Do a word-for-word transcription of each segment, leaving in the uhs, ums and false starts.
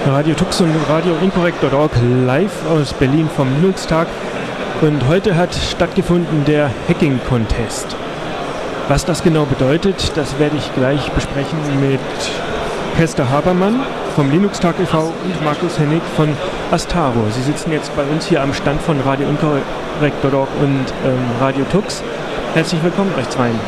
Radio Tux und Radio Inkorrekt Punkt org live aus Berlin vom Linux-Tag. Und heute hat stattgefunden der Hacking Contest. Was das genau bedeutet, das werde ich gleich besprechen mit Kester Habermann vom Linux-Tag e V und Markus Hennig von Astaro. Sie sitzen jetzt bei uns hier am Stand von Radio Inkorrekt Punkt org und ähm, Radio Tux. Herzlich willkommen euch zweien.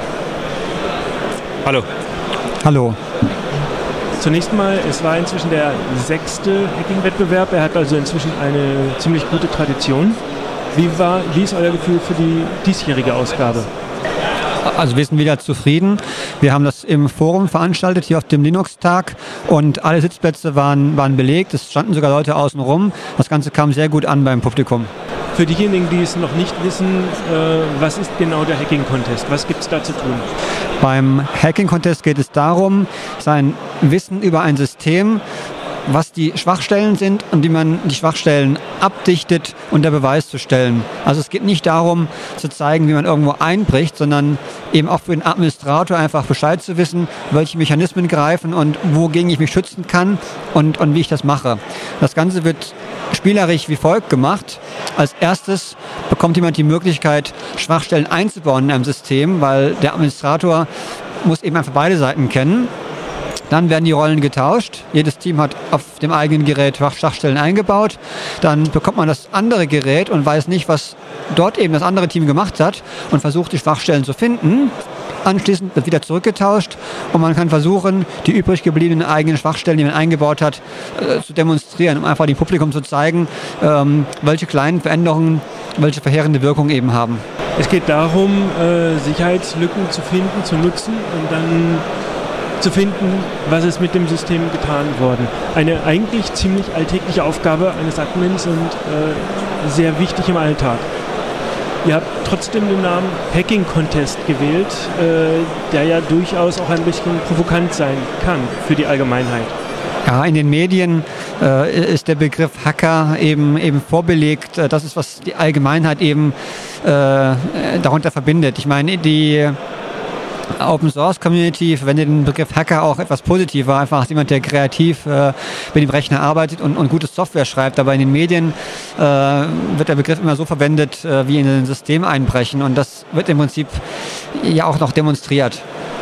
Hallo. Hallo. Zunächst mal, es war inzwischen der sechste Hacking-Wettbewerb. Er hat also inzwischen eine ziemlich gute Tradition. Wie war, wie ist euer Gefühl für die diesjährige Ausgabe? Also wir sind wieder zufrieden. Wir haben das im Forum veranstaltet, hier auf dem Linux-Tag, und alle Sitzplätze waren, waren belegt. Es standen sogar Leute außen rum. Das Ganze kam sehr gut an beim Publikum. Für diejenigen, die es noch nicht wissen, äh, was ist genau der Hacking Contest? Was gibt es da zu tun? Beim Hacking Contest geht es darum, sein Wissen über ein System, was die Schwachstellen sind und wie man die Schwachstellen abdichtet, unter Beweis zu stellen. Also es geht nicht darum, zu zeigen, wie man irgendwo einbricht, sondern eben auch für den Administrator einfach Bescheid zu wissen, welche Mechanismen greifen und wogegen ich mich schützen kann und, und wie ich das mache. Das Ganze wird spielerisch wie folgt gemacht. Als erstes bekommt jemand die Möglichkeit, Schwachstellen einzubauen in einem System, weil der Administrator muss eben einfach beide Seiten kennen. Dann werden die Rollen getauscht. Jedes Team hat auf dem eigenen Gerät Schwachstellen eingebaut. Dann bekommt man das andere Gerät und weiß nicht, was dort eben das andere Team gemacht hat und versucht, die Schwachstellen zu finden. Anschließend wird wieder zurückgetauscht und man kann versuchen, die übrig gebliebenen eigenen Schwachstellen, die man eingebaut hat, äh, zu demonstrieren, um einfach dem Publikum zu zeigen, ähm, welche kleinen Veränderungen, welche verheerende Wirkung eben haben. Es geht darum, äh, Sicherheitslücken zu finden, zu nutzen und dann zu finden, was ist mit dem System getan worden. Eine eigentlich ziemlich alltägliche Aufgabe eines Admins und äh, sehr wichtig im Alltag. Ihr habt trotzdem den Namen Hacking Contest gewählt, äh, der ja durchaus auch ein bisschen provokant sein kann für die Allgemeinheit. Ja, in den Medien äh, ist der Begriff Hacker eben, eben vorbelegt. Das ist, was die Allgemeinheit eben äh, darunter verbindet. Ich meine, die Open Source Community verwendet den Begriff Hacker auch etwas positiver, einfach als jemand, der kreativ äh, mit dem Rechner arbeitet und, und gute Software schreibt. Aber in den Medien äh, wird der Begriff immer so verwendet, äh, wie in ein System einbrechen, und das wird im Prinzip ja auch noch demonstriert.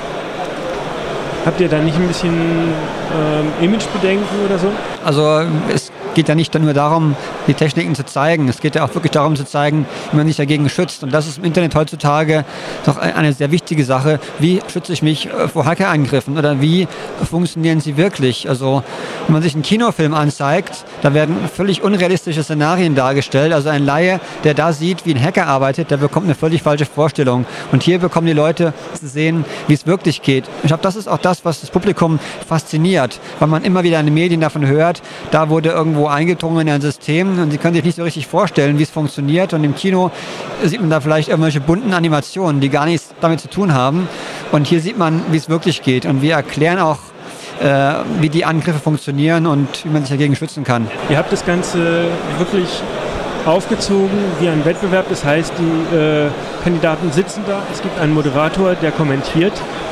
Habt ihr da nicht ein bisschen ähm, Imagebedenken oder so? Also es geht ja nicht nur darum, die Techniken zu zeigen. Es geht ja auch wirklich darum zu zeigen, wie man sich dagegen schützt. Und das ist im Internet heutzutage doch eine sehr wichtige Sache. Wie schütze ich mich vor Hackerangriffen oder wie funktionieren sie wirklich? Also wenn man sich einen Kinofilm anzeigt, da werden völlig unrealistische Szenarien dargestellt. Also ein Laie, der da sieht, wie ein Hacker arbeitet, der bekommt eine völlig falsche Vorstellung. Und hier bekommen die Leute zu sehen, wie es wirklich geht. Ich glaube, das ist auch das, was das Publikum fasziniert, weil man immer wieder in den Medien davon hört, da wurde irgendwo eingedrungen in ein System und sie können sich nicht so richtig vorstellen, wie es funktioniert, und im Kino sieht man da vielleicht irgendwelche bunten Animationen, die gar nichts damit zu tun haben, und hier sieht man, wie es wirklich geht, und wir erklären auch, äh, wie die Angriffe funktionieren und wie man sich dagegen schützen kann. Ihr habt das Ganze wirklich aufgezogen wie ein Wettbewerb, das heißt, die äh, Kandidaten sitzen da, es gibt einen Moderator, der kommentiert.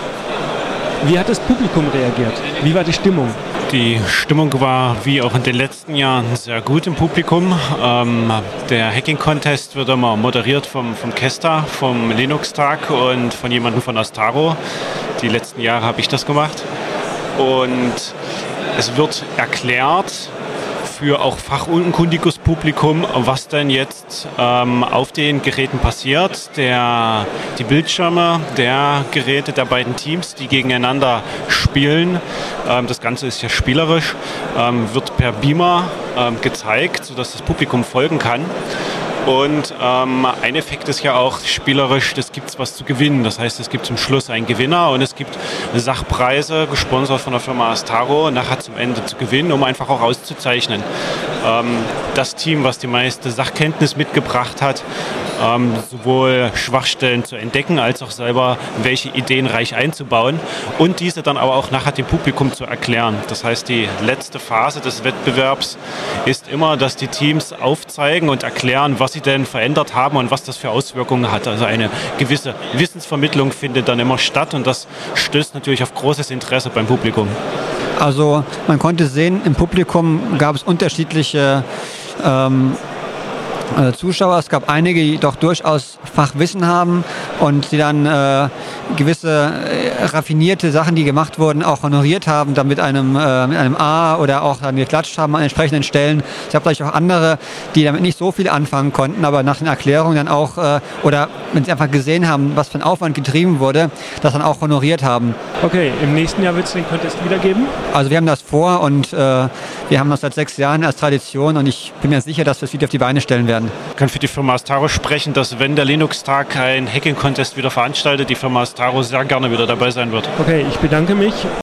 Wie hat das Publikum reagiert? Wie war die Stimmung? Die Stimmung war wie auch in den letzten Jahren sehr gut im Publikum. Ähm, der Hacking Contest wird immer moderiert vom, vom Kester, vom Linux-Tag und von jemandem von Astaro. Die letzten Jahre habe ich das gemacht. Und es wird erklärt für auch fachunkundiges Publikum, was denn jetzt ähm, auf den Geräten passiert. Der, die Bildschirme der Geräte der beiden Teams, die gegeneinander spielen, ähm, das Ganze ist ja spielerisch, ähm, wird per Beamer ähm, gezeigt, sodass das Publikum folgen kann. Und ähm, ein Effekt ist ja auch spielerisch, das gibt es was zu gewinnen. Das heißt, es gibt zum Schluss einen Gewinner und es gibt Sachpreise, gesponsert von der Firma Astaro, nachher zum Ende zu gewinnen, um einfach auch auszuzeichnen. Ähm, das Team, was die meiste Sachkenntnis mitgebracht hat, ähm, sowohl Schwachstellen zu entdecken, als auch selber welche Ideen reich einzubauen und diese dann aber auch nachher dem Publikum zu erklären. Das heißt, die letzte Phase des Wettbewerbs ist immer, dass die Teams aufzeigen und erklären, was sie denn verändert haben und was das für Auswirkungen hat. Also eine gewisse Wissensvermittlung findet dann immer statt und das stößt natürlich auf großes Interesse beim Publikum. Also man konnte sehen, im Publikum gab es unterschiedliche ähm, äh, Zuschauer. Es gab einige, die doch durchaus Fachwissen haben und die dann äh, gewisse äh, raffinierte Sachen, die gemacht wurden, auch honoriert haben, dann mit einem, äh, mit einem A oder auch dann geklatscht haben an entsprechenden Stellen. Es gab vielleicht auch andere, die damit nicht so viel anfangen konnten, aber nach den Erklärungen dann auch, äh, oder wenn sie einfach gesehen haben, was für ein Aufwand getrieben wurde, das dann auch honoriert haben. Okay, im nächsten Jahr wird es den Contest wieder geben? Also wir haben das vor und äh, wir haben das seit sechs Jahren als Tradition und ich bin mir sicher, dass wir es wieder auf die Beine stellen werden. Ich kann für die Firma Astaro sprechen, dass wenn der Linux-Tag ein Hacking-Contest wieder veranstaltet, die Firma Astaro sehr gerne wieder dabei sein wird. Okay, ich bedanke mich.